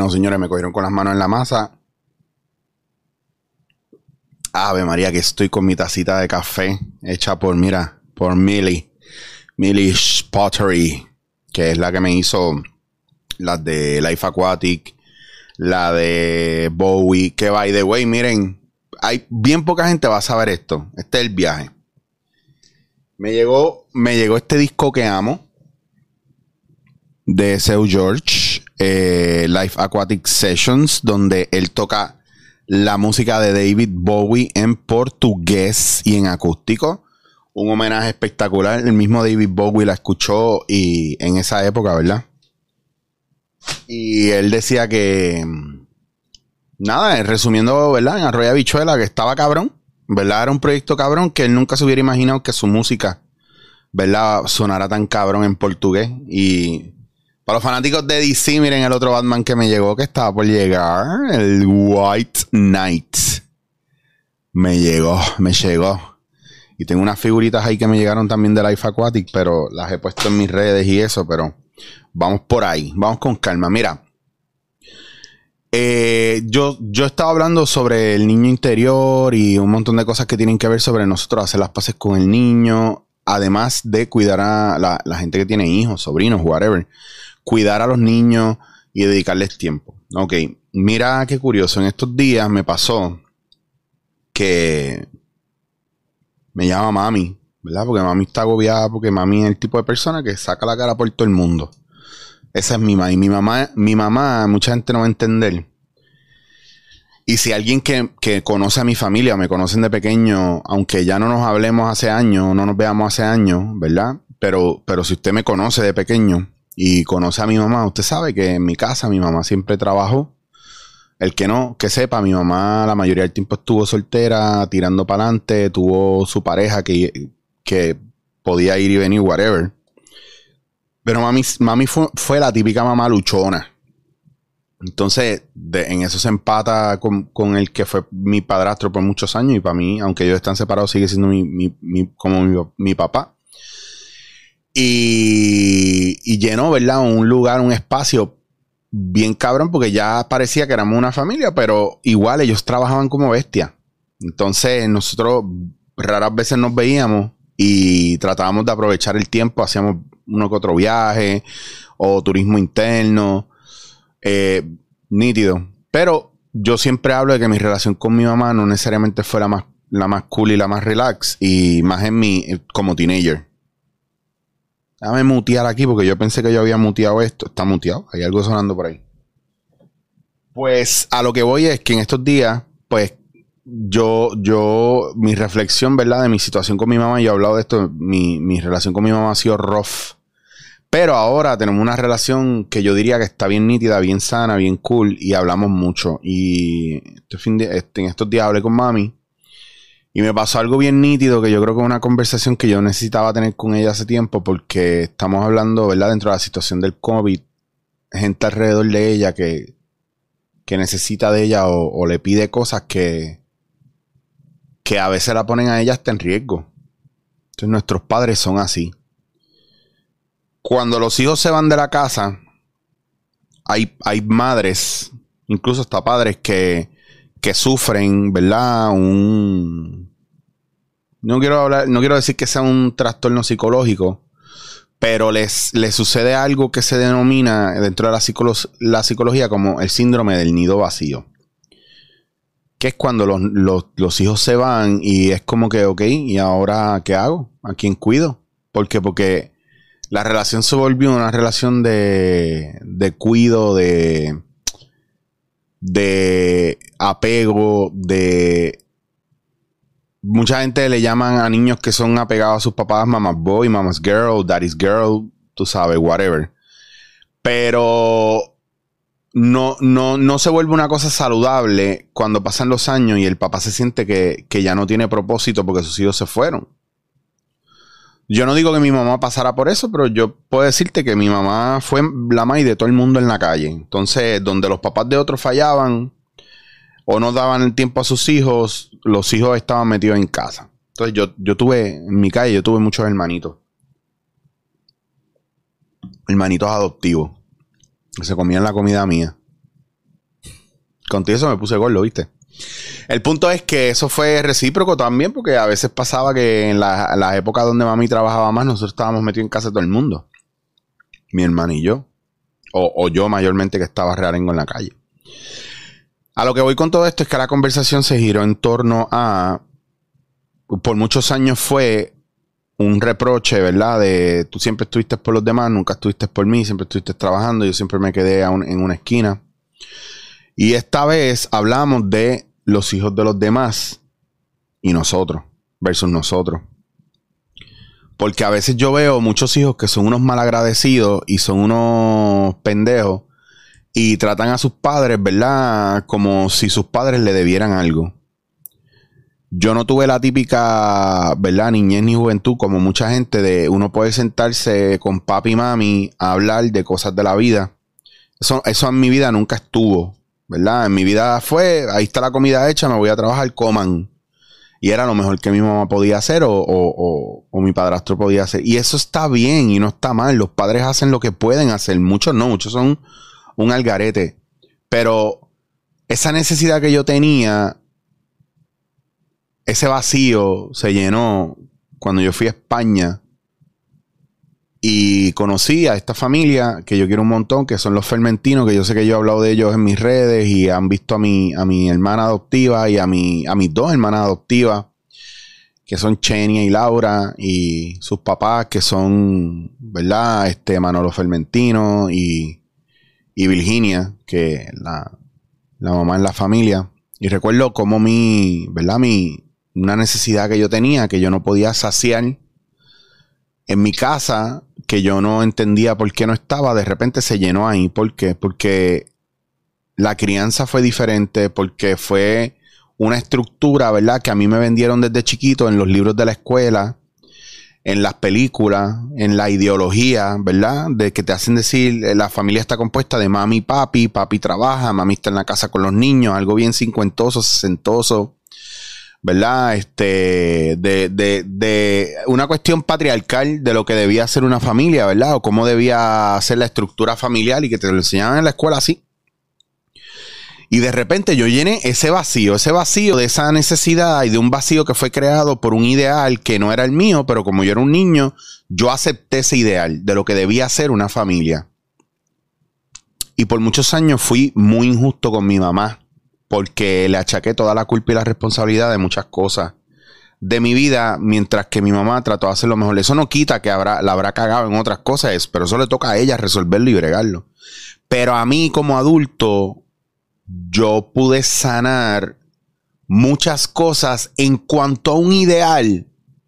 No, señores, me cogieron con las manos en la masa. Ave María, que estoy con mi tacita de café hecha por, mira, por Millie Pottery, que es la que me hizo las de Life Aquatic, la de Bowie, que by the way, miren, hay bien poca gente va a saber esto. Este es el viaje. Me llegó este disco que amo de Seu George, Life Aquatic Sessions, donde él toca la música de David Bowie en portugués y en acústico. Un homenaje espectacular. El mismo David Bowie la escuchó y en esa época, ¿verdad? Y él decía que nada, resumiendo, ¿verdad? En Arroyo Habichuela, que estaba cabrón, ¿verdad? Era un proyecto cabrón que él nunca se hubiera imaginado que su música, ¿verdad?, sonara tan cabrón en portugués. Y para los fanáticos de DC, miren el otro Batman que me llegó, que estaba por llegar, el White Knight. Me llegó. Y tengo unas figuritas ahí que me llegaron también de Life Aquatic, pero las he puesto en mis redes y eso, pero vamos por ahí, vamos con calma. Mira, yo estaba hablando sobre el niño interior y un montón de cosas que tienen que ver sobre nosotros hacer las paces con el niño, además de cuidar a la gente que tiene hijos, sobrinos, whatever. Cuidar a los niños y dedicarles tiempo. Ok, mira qué curioso. En estos días me pasó que me llama mami, ¿verdad? Porque mami está agobiada, porque mami es el tipo de persona que saca la cara por todo el mundo. Esa es mi mamá. Y mi mamá, mucha gente no va a entender. Y si alguien que conoce a mi familia, me conocen de pequeño, aunque ya no nos hablemos hace años, no nos veamos hace años, ¿verdad? Pero si usted me conoce de pequeño y conoce a mi mamá, usted sabe que en mi casa mi mamá siempre trabajó. El que no, que sepa, mi mamá la mayoría del tiempo estuvo soltera, tirando para adelante, tuvo su pareja que podía ir y venir, whatever. Pero mami fue la típica mamá luchona. Entonces, en eso se empata con el que fue mi padrastro por muchos años. Y para mí, aunque ellos están separados, sigue siendo como mi papá. Y llenó, ¿verdad?, un lugar, un espacio bien cabrón, porque ya parecía que éramos una familia, pero igual ellos trabajaban como bestias. Entonces nosotros raras veces nos veíamos y tratábamos de aprovechar el tiempo, hacíamos uno que otro viaje o turismo interno, nítido. Pero yo siempre hablo de que mi relación con mi mamá no necesariamente fue la más cool y la más relax, y más en mí como teenager. Déjame mutear aquí porque yo pensé que yo había muteado esto. Está muteado. Hay algo sonando por ahí. Pues a lo que voy es que en estos días, pues mi reflexión, ¿verdad?, de mi situación con mi mamá, yo he hablado de esto, mi relación con mi mamá ha sido rough. Pero ahora tenemos una relación que yo diría que está bien nítida, bien sana, bien cool, y hablamos mucho. Y en estos días hablé con mami. Y me pasó algo bien nítido que yo creo que es una conversación que yo necesitaba tener con ella hace tiempo, porque estamos hablando, ¿verdad?, dentro de la situación del COVID, gente alrededor de ella que necesita de ella o le pide cosas que a veces la ponen a ella hasta en riesgo. Entonces nuestros padres son así. Cuando los hijos se van de la casa, hay madres, incluso hasta padres que sufren, ¿verdad?, no quiero decir que sea un trastorno psicológico, pero les sucede algo que se denomina dentro de la psicología como el síndrome del nido vacío. Que es cuando los hijos se van y es como que, ok, ¿y ahora qué hago? ¿A quién cuido? ¿Por qué? Porque la relación se volvió una relación de cuido, de apego, mucha gente le llaman a niños que son apegados a sus papás mama's boy, mama's girl, daddy's girl, tú sabes, whatever. Pero no se vuelve una cosa saludable cuando pasan los años y el papá se siente que ya no tiene propósito porque sus hijos se fueron. Yo no digo que mi mamá pasara por eso, pero yo puedo decirte que mi mamá fue la maíz de todo el mundo en la calle. Entonces, donde los papás de otros fallaban o no daban el tiempo a sus hijos, los hijos estaban metidos en casa. Entonces, yo tuve, en mi calle, yo tuve muchos hermanitos. Hermanitos adoptivos. Que se comían la comida mía. Contigo eso me puse gordo, ¿viste? El punto es que eso fue recíproco también, porque a veces pasaba que en las épocas donde mami trabajaba más, nosotros estábamos metidos en casa de todo el mundo. Mi hermano y yo. O yo mayormente, que estaba realengo en la calle. A lo que voy con todo esto es que la conversación se giró en torno a... Por muchos años fue un reproche, ¿verdad? De tú siempre estuviste por los demás, nunca estuviste por mí, siempre estuviste trabajando, yo siempre me quedé en una esquina. Y esta vez hablamos de los hijos de los demás y nosotros, versus nosotros. Porque a veces yo veo muchos hijos que son unos malagradecidos y son unos pendejos y tratan a sus padres, ¿verdad? Como si sus padres le debieran algo. Yo no tuve la típica, ¿verdad? Niñez ni juventud, como mucha gente, de uno poder sentarse con papi y mami a hablar de cosas de la vida. Eso en mi vida nunca estuvo, ¿verdad? En mi vida fue, ahí está la comida hecha, me voy a trabajar, coman. Y era lo mejor que mi mamá podía hacer o mi padrastro podía hacer. Y eso está bien y no está mal. Los padres hacen lo que pueden hacer. Muchos no, muchos son un algarete. Pero esa necesidad que yo tenía... Ese vacío se llenó cuando yo fui a España y conocí a esta familia que yo quiero un montón, que son los Fermentinos, que yo sé que yo he hablado de ellos en mis redes y han visto a mi hermana adoptiva y a mis dos hermanas adoptivas, que son Chenia y Laura, y sus papás, que son, ¿verdad? Manolo Fermentino y Virginia, que la mamá en la familia. Y recuerdo cómo una necesidad que yo tenía, que yo no podía saciar en mi casa, que yo no entendía por qué no estaba, de repente se llenó ahí. ¿Por qué? Porque la crianza fue diferente, porque fue una estructura, ¿verdad? Que a mí me vendieron desde chiquito en los libros de la escuela, en las películas, en la ideología, ¿verdad? De que te hacen decir, la familia está compuesta de mami y papi, papi trabaja, mami está en la casa con los niños, algo bien cincuentoso, sesentoso, ¿verdad? De una cuestión patriarcal de lo que debía ser una familia, ¿verdad? O cómo debía ser la estructura familiar y que te lo enseñaban en la escuela así. Y de repente yo llené ese vacío de esa necesidad y de un vacío que fue creado por un ideal que no era el mío, pero como yo era un niño, yo acepté ese ideal de lo que debía ser una familia. Y por muchos años fui muy injusto con mi mamá, porque le achaqué toda la culpa y la responsabilidad de muchas cosas de mi vida, mientras que mi mamá trató de hacer lo mejor. Eso no quita que la habrá cagado en otras cosas, pero eso le toca a ella resolverlo y bregarlo. Pero a mí como adulto, yo pude sanar muchas cosas en cuanto a un ideal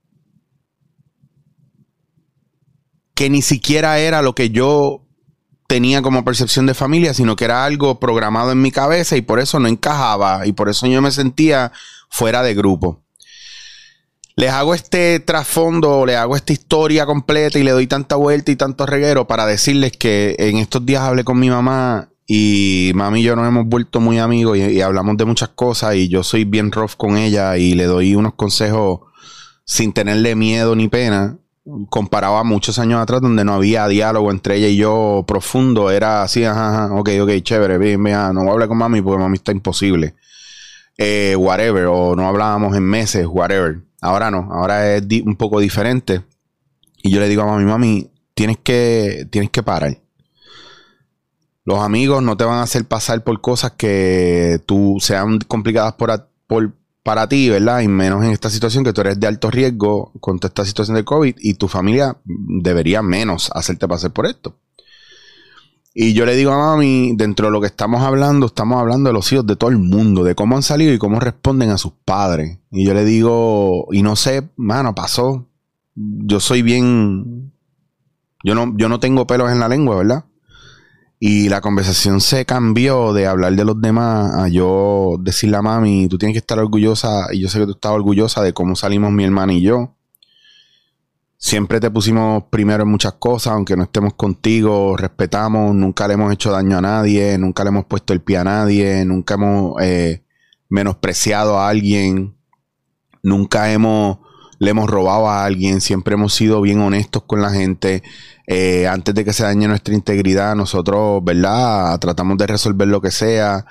que ni siquiera era lo que yo tenía como percepción de familia, sino que era algo programado en mi cabeza y por eso no encajaba y por eso yo me sentía fuera de grupo. Les hago este trasfondo, les hago esta historia completa y le doy tanta vuelta y tanto reguero para decirles que en estos días hablé con mi mamá y mami y yo nos hemos vuelto muy amigos y hablamos de muchas cosas y yo soy bien rough con ella y le doy unos consejos sin tenerle miedo ni pena. Comparado a muchos años atrás donde no había diálogo entre ella y yo profundo, era así, ok, chévere, bien, no voy a hablar con mami porque mami está imposible, whatever, o no hablábamos en meses, whatever. Ahora no, ahora es un poco diferente y yo le digo a mami, tienes que parar. Los amigos no te van a hacer pasar por cosas que tú sean complicadas para ti, ¿verdad? Y menos en esta situación que tú eres de alto riesgo con toda esta situación del COVID y tu familia debería menos hacerte pasar por esto. Y yo le digo a mami, dentro de lo que estamos hablando de los hijos de todo el mundo, de cómo han salido y cómo responden a sus padres. Y yo le digo, y no sé, mano, pasó. Yo soy bien... Yo no tengo pelos en la lengua, ¿verdad? Y la conversación se cambió de hablar de los demás a yo decirle a mami, tú tienes que estar orgullosa, y yo sé que tú estás orgullosa de cómo salimos mi hermana y yo. Siempre te pusimos primero en muchas cosas, aunque no estemos contigo, respetamos, nunca le hemos hecho daño a nadie, nunca le hemos puesto el pie a nadie, nunca hemos menospreciado a alguien, nunca le hemos robado a alguien, siempre hemos sido bien honestos con la gente. Antes de que se dañe nuestra integridad, nosotros, ¿verdad? Tratamos de resolver lo que sea.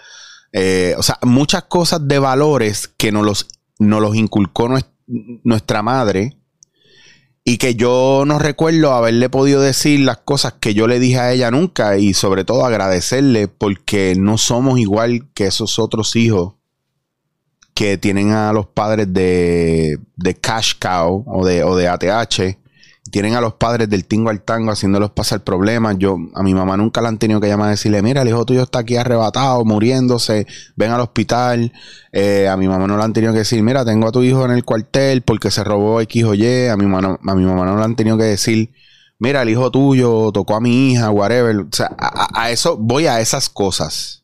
O sea, muchas cosas de valores que nos los inculcó nuestra madre y que yo no recuerdo haberle podido decir las cosas que yo le dije a ella nunca y sobre todo agradecerle porque no somos igual que esos otros hijos que tienen a los padres de Cash Cow o de ATH. Tienen a los padres del tingo al tango haciéndolos pasar problemas. A mi mamá nunca la han tenido que llamar a decirle, mira, el hijo tuyo está aquí arrebatado, muriéndose, ven al hospital. A mi mamá no le han tenido que decir, mira, tengo a tu hijo en el cuartel porque se robó X o Y. A mi mamá no le han tenido que decir, mira, el hijo tuyo tocó a mi hija, whatever. O sea, a eso, voy a esas cosas.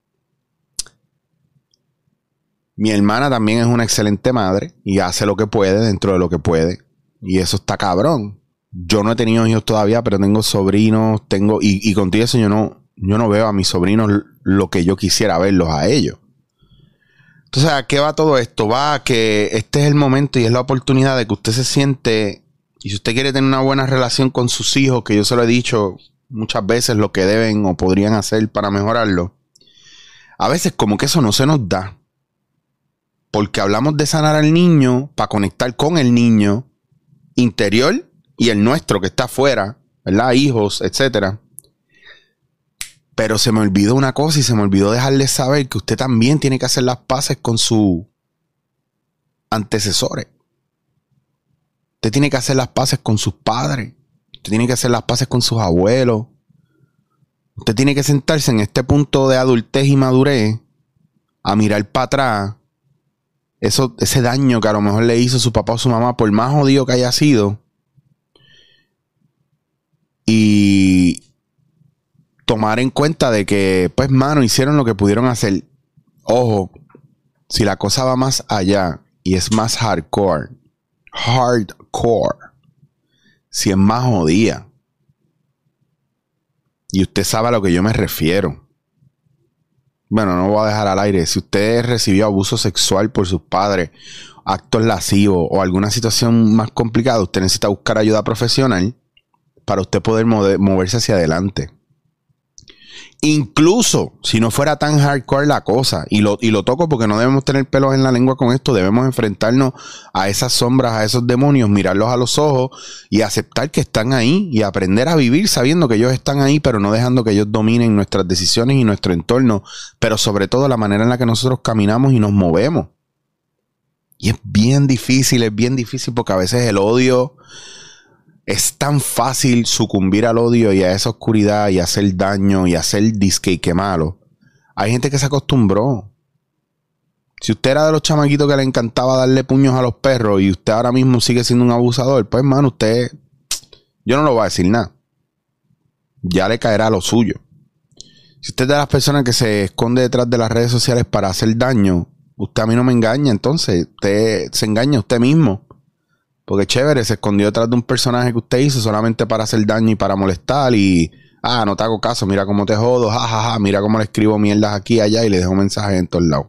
Mi hermana también es una excelente madre y hace lo que puede dentro de lo que puede. Y eso está cabrón. Yo no he tenido hijos todavía, pero tengo sobrinos, y contigo eso yo no veo a mis sobrinos lo que yo quisiera verlos a ellos. Entonces, ¿a qué va todo esto? Va a que este es el momento y es la oportunidad de que usted se siente, y si usted quiere tener una buena relación con sus hijos, que yo se lo he dicho muchas veces lo que deben o podrían hacer para mejorarlo, a veces como que eso no se nos da. Porque hablamos de sanar al niño para conectar con el niño interior y el nuestro que está afuera, ¿verdad? Hijos, etcétera. Pero se me olvidó una cosa y se me olvidó dejarles saber que usted también tiene que hacer las paces con sus antecesores. Usted tiene que hacer las paces con sus padres. Usted tiene que hacer las paces con sus abuelos. Usted tiene que sentarse en este punto de adultez y madurez a mirar para atrás ese daño que a lo mejor le hizo su papá o su mamá, por más jodido que haya sido, y tomar en cuenta de que, pues, mano, hicieron lo que pudieron hacer. Ojo, si la cosa va más allá y es más hardcore, si es más jodida, y usted sabe a lo que yo me refiero. Bueno, no voy a dejar al aire. Si usted recibió abuso sexual por sus padres, actos lascivos o alguna situación más complicada, usted necesita buscar ayuda profesional para usted poder moverse hacia adelante. Incluso si no fuera tan hardcore la cosa, y lo toco porque no debemos tener pelos en la lengua con esto, debemos enfrentarnos a esas sombras, a esos demonios, mirarlos a los ojos y aceptar que están ahí y aprender a vivir sabiendo que ellos están ahí, pero no dejando que ellos dominen nuestras decisiones y nuestro entorno, pero sobre todo la manera en la que nosotros caminamos y nos movemos. Y es bien difícil porque a veces el odio... Es tan fácil sucumbir al odio y a esa oscuridad y hacer daño y hacer disque y que malo. Hay gente que se acostumbró. Si usted era de los chamaquitos que le encantaba darle puños a los perros y usted ahora mismo sigue siendo un abusador, pues hermano, usted... Yo no le voy a decir nada. Ya le caerá lo suyo. Si usted es de las personas que se esconde detrás de las redes sociales para hacer daño, usted a mí no me engaña, entonces usted se engaña a usted mismo. Porque chévere, se escondió detrás de un personaje que usted hizo solamente para hacer daño y para molestar y... no te hago caso, mira cómo te jodo, jajaja, mira cómo le escribo mierdas aquí y allá y le dejo mensajes en todos lados.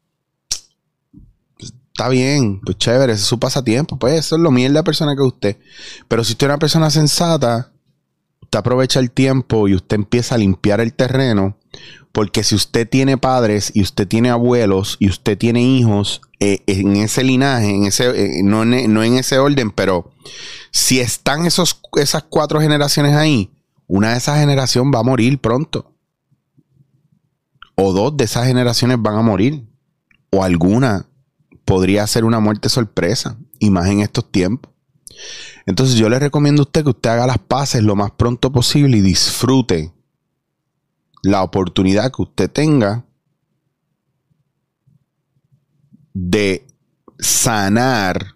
Pues, está bien, pues chévere, ese es su pasatiempo, pues eso es lo mierda de persona que es usted. Pero si usted es una persona sensata, usted aprovecha el tiempo y usted empieza a limpiar el terreno, porque si usted tiene padres y usted tiene abuelos y usted tiene hijos... en ese linaje, no en ese orden, pero si están esas 4 generaciones ahí, una de esas generaciones va a morir pronto. O 2 de esas generaciones van a morir. O alguna podría ser una muerte sorpresa, y más en estos tiempos. Entonces yo le recomiendo a usted que usted haga las paces lo más pronto posible y disfrute la oportunidad que usted tenga de sanar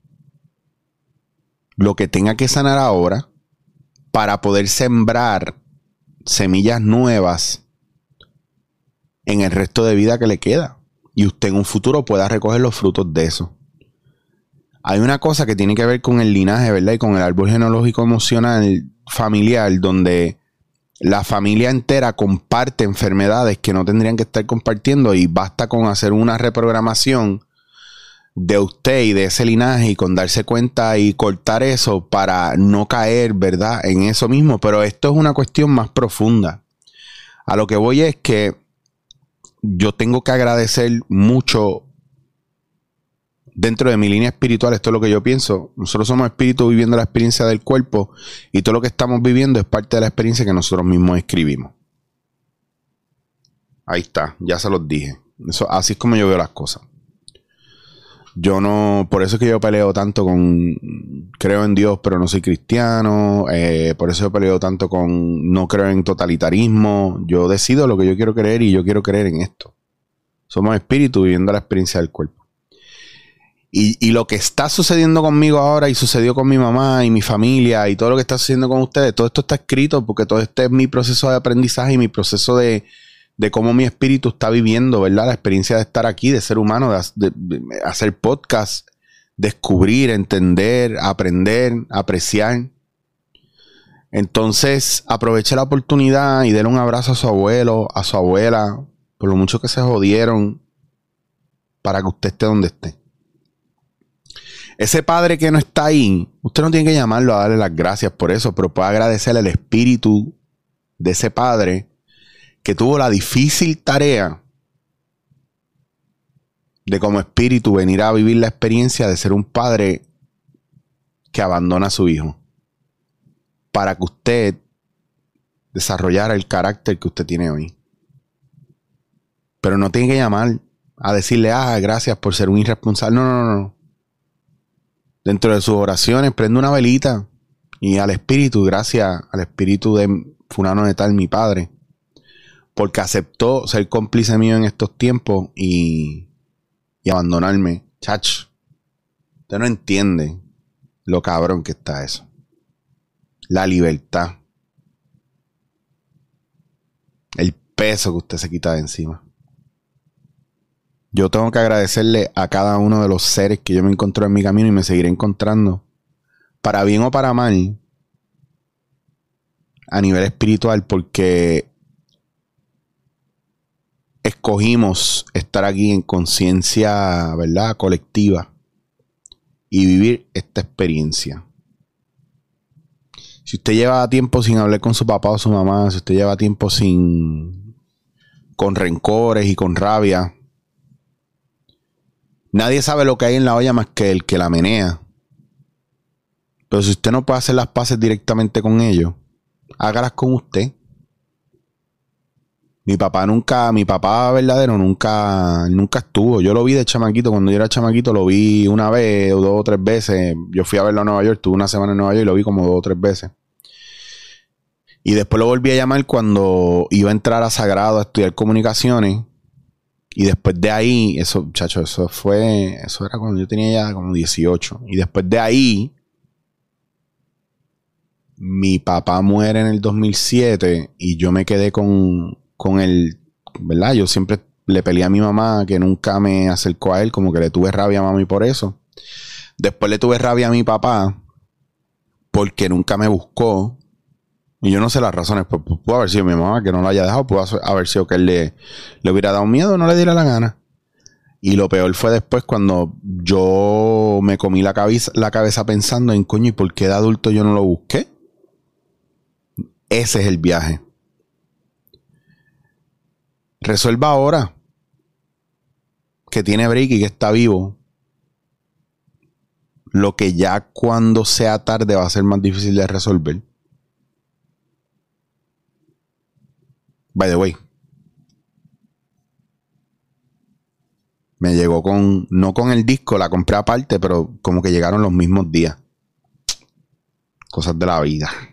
lo que tenga que sanar ahora para poder sembrar semillas nuevas en el resto de vida que le queda y usted en un futuro pueda recoger los frutos de eso. Hay una cosa que tiene que ver con el linaje, ¿verdad? Y con el árbol genealógico emocional familiar, donde la familia entera comparte enfermedades que no tendrían que estar compartiendo y basta con hacer una reprogramación de usted y de ese linaje y con darse cuenta y cortar eso para no caer, ¿verdad?, en eso mismo. Pero esto es una cuestión más profunda. A lo que voy es que yo tengo que agradecer mucho dentro de mi línea espiritual. Esto es lo que yo pienso. Nosotros somos espíritus viviendo la experiencia del cuerpo, y todo lo que estamos viviendo es parte de la experiencia que nosotros mismos escribimos. Ahí está, ya se los dije. Eso, así es como yo veo las cosas. Yo no, por eso es que yo peleo tanto con creo en Dios pero no soy cristiano, por eso yo peleo tanto con no creo en totalitarismo. Yo decido lo que yo quiero creer, y yo quiero creer en esto. Somos espíritus viviendo la experiencia del cuerpo. Y lo que está sucediendo conmigo ahora, y sucedió con mi mamá y mi familia, y todo lo que está sucediendo con ustedes, todo esto está escrito porque todo este es mi proceso de aprendizaje y mi proceso de cómo mi espíritu está viviendo, ¿verdad? La experiencia de estar aquí, de ser humano, de hacer podcast, descubrir, entender, aprender, apreciar. Entonces, aproveche la oportunidad y déle un abrazo a su abuelo, a su abuela, por lo mucho que se jodieron, para que usted esté donde esté. Ese padre que no está ahí, usted no tiene que llamarlo a darle las gracias por eso, pero puede agradecerle al espíritu de ese padre que tuvo la difícil tarea de, como espíritu, venir a vivir la experiencia de ser un padre que abandona a su hijo para que usted desarrollara el carácter que usted tiene hoy. Pero no tiene que llamar a decirle, gracias por ser un irresponsable. No. Dentro de sus oraciones, prende una velita y al espíritu, gracias al espíritu de fulano de tal, mi padre, porque aceptó ser cómplice mío en estos tiempos y abandonarme. Chacho, usted no entiende lo cabrón que está eso. La libertad. El peso que usted se quita de encima. Yo tengo que agradecerle a cada uno de los seres que yo me encontré en mi camino y me seguiré encontrando, para bien o para mal, a nivel espiritual, porque escogimos estar aquí en conciencia, ¿verdad?, colectiva, y vivir esta experiencia. Si usted lleva tiempo sin hablar con su papá o su mamá, si usted lleva tiempo con rencores y con rabia, nadie sabe lo que hay en la olla más que el que la menea. Pero si usted no puede hacer las paces directamente con ellos, hágalas con usted. Mi papá verdadero nunca estuvo. Yo lo vi de chamaquito. Cuando yo era chamaquito lo vi una vez o 2 o 3 veces. Yo fui a verlo a Nueva York, estuve una semana en Nueva York y lo vi como 2 o 3 veces. Y después lo volví a llamar cuando iba a entrar a Sagrado a estudiar comunicaciones. Y después de ahí, eso era cuando yo tenía ya como 18. Y después de ahí, mi papá muere en el 2007 y yo me quedé con él, ¿verdad? Yo siempre le peleé a mi mamá que nunca me acercó a él, como que le tuve rabia a mami por eso. Después le tuve rabia a mi papá porque nunca me buscó. Y yo no sé las razones, pues pudo haber sido mi mamá que no lo haya dejado, pudo haber sido que él le hubiera dado miedo, no le diera la gana. Y lo peor fue después cuando yo me comí la cabeza pensando en, coño, ¿y por qué de adulto yo no lo busqué? Ese es el viaje. Resuelva ahora que tiene break y que está vivo lo que ya cuando sea tarde va a ser más difícil de resolver. By the way, me llegó no con el disco, la compré aparte, pero como que llegaron los mismos días. Cosas de la vida.